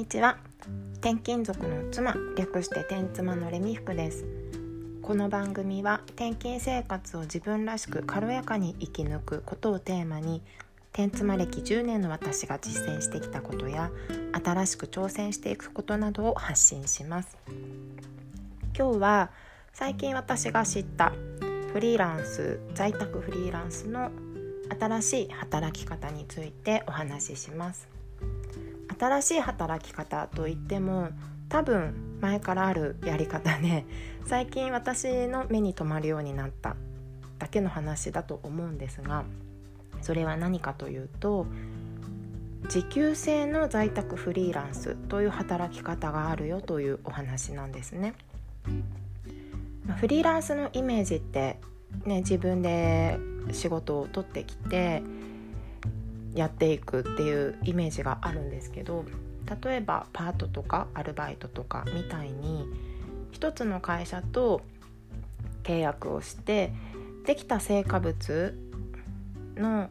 にちは。転勤族の妻、略して転妻のレミフクです。この番組は転勤生活を自分らしく軽やかに生き抜くことをテーマに、転妻歴10年の私が実践してきたことや新しく挑戦していくことなどを発信します。今日は最近私が知った在宅フリーランスの新しい働き方についてお話しします。新しい働き方といっても多分前からあるやり方で、最近私の目に留まるようになっただけの話だと思うんですが、それは何かというと、時給制の在宅フリーランスという働き方があるよというお話なんですね。フリーランスのイメージって自分で仕事を取ってきてやっていくっていうイメージがあるんですけど、例えばパートとかアルバイトとかみたいに一つの会社と契約をしてできた成果物の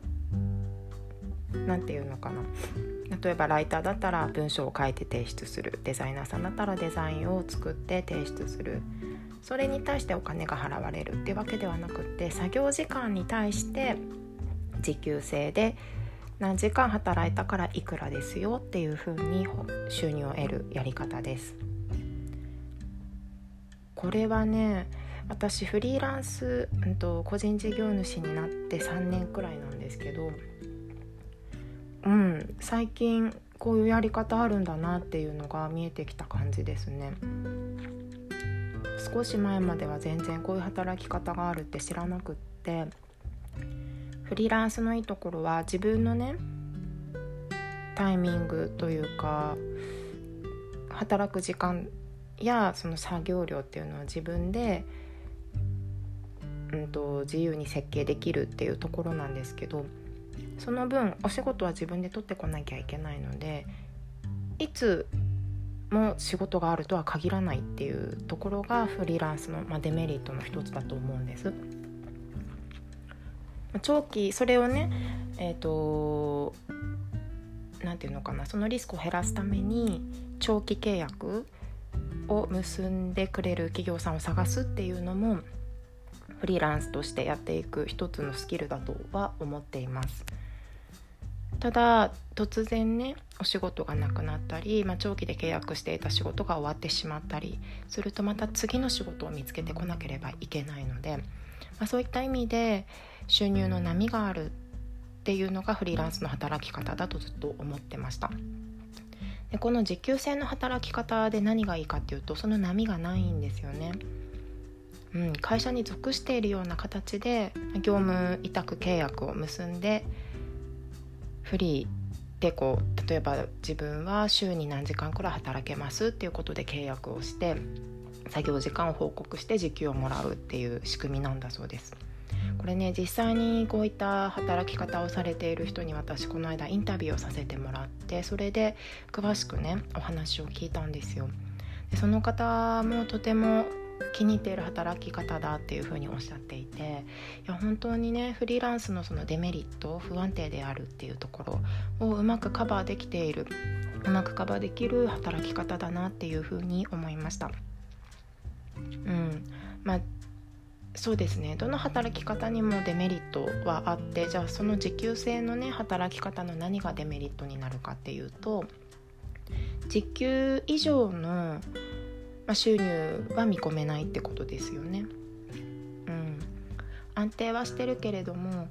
例えばライターだったら文章を書いて提出する、デザイナーさんだったらデザインを作って提出する、それに対してお金が払われるっていうわけではなくて、作業時間に対して時給制で何時間働いたからいくらですよっていう風に収入を得るやり方です。これは私フリーランス、個人事業主になって3年くらいなんですけど、最近こういうやり方あるんだなっていうのが見えてきた感じですね。少し前までは全然こういう働き方があるって知らなくって、フリーランスのいいところは自分のタイミングというか、働く時間やその作業量っていうのは自分で、自由に設計できるっていうところなんですけど、その分お仕事は自分で取ってこなきゃいけないので、いつも仕事があるとは限らないっていうところがフリーランスの、デメリットの一つだと思うんです。長期それをそのリスクを減らすために長期契約を結んでくれる企業さんを探すっていうのもフリーランスとしてやっていく一つのスキルだとは思っています。ただ突然お仕事がなくなったり、長期で契約していた仕事が終わってしまったりすると、また次の仕事を見つけてこなければいけないので、そういった意味で収入の波があるっていうのがフリーランスの働き方だとずっと思ってました。でこの時給制の働き方で何がいいかっていうと、その波がないんですよね。会社に属しているような形で業務委託契約を結んで、フリーで例えば自分は週に何時間くらい働けますっていうことで契約をして作業時間を報告して時給をもらうっていう仕組みなんだそうです。これ実際にこういった働き方をされている人に私この間インタビューをさせてもらって、それで詳しくお話を聞いたんですよ。でその方もとても気に入っている働き方だっていうふうにおっしゃっていて、本当にフリーランスのそのデメリット、不安定であるっていうところをうまくカバーできる働き方だなっていうふうに思いました。そうですね、どの働き方にもデメリットはあって、じゃあその時給制の働き方の何がデメリットになるかっていうと、時給以上の収入は見込めないってことですよね。安定はしてるけれども、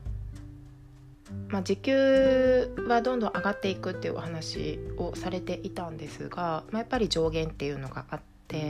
時給はどんどん上がっていくっていうお話をされていたんですが、やっぱり上限っていうのがあって、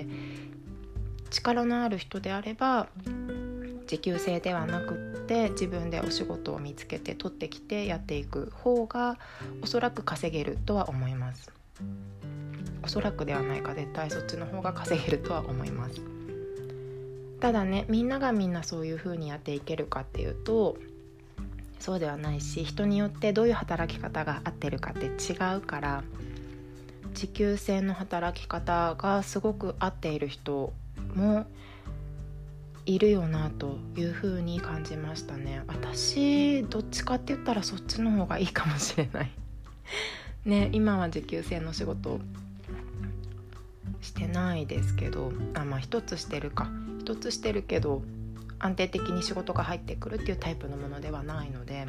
力のある人であれば時給制ではなくって自分でお仕事を見つけて取ってきてやっていく方がおそらく稼げるとは思います。おそらくではないか、絶対そっちの方が稼げるとは思います。ただみんながみんなそういう風にやっていけるかっていうとそうではないし、人によってどういう働き方が合ってるかって違うから、時給制の働き方がすごく合っている人もいるよなという風に感じましたね。私どっちかって言ったらそっちの方がいいかもしれないね、今は時給制の仕事してないですけど、一つしてるけど安定的に仕事が入ってくるっていうタイプのものではないので、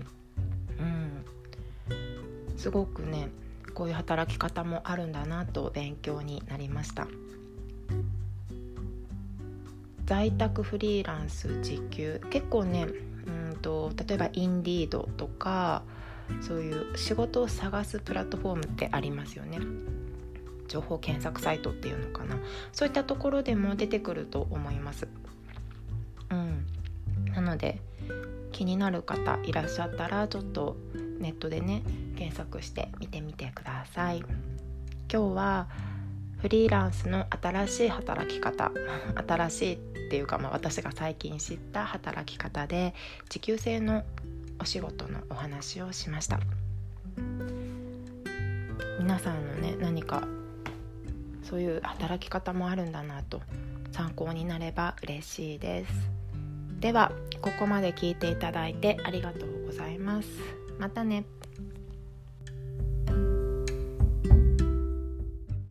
すごくねこういう働き方もあるんだなと勉強になりました。在宅フリーランス時給結構ね、例えばインディードとかそういう仕事を探すプラットフォームってありますよね。情報検索サイトっていうのかな、そういったところでも出てくると思います。なので気になる方いらっしゃったらちょっとネットでね検索して見てみてください。今日はフリーランスの新しい働き方、新しいっていうか、私が最近知った働き方で時給制のお仕事のお話をしました。皆さんのね何かそういう働き方もあるんだなと参考になれば嬉しいです。ではここまで聞いていただいてありがとうございます。またね。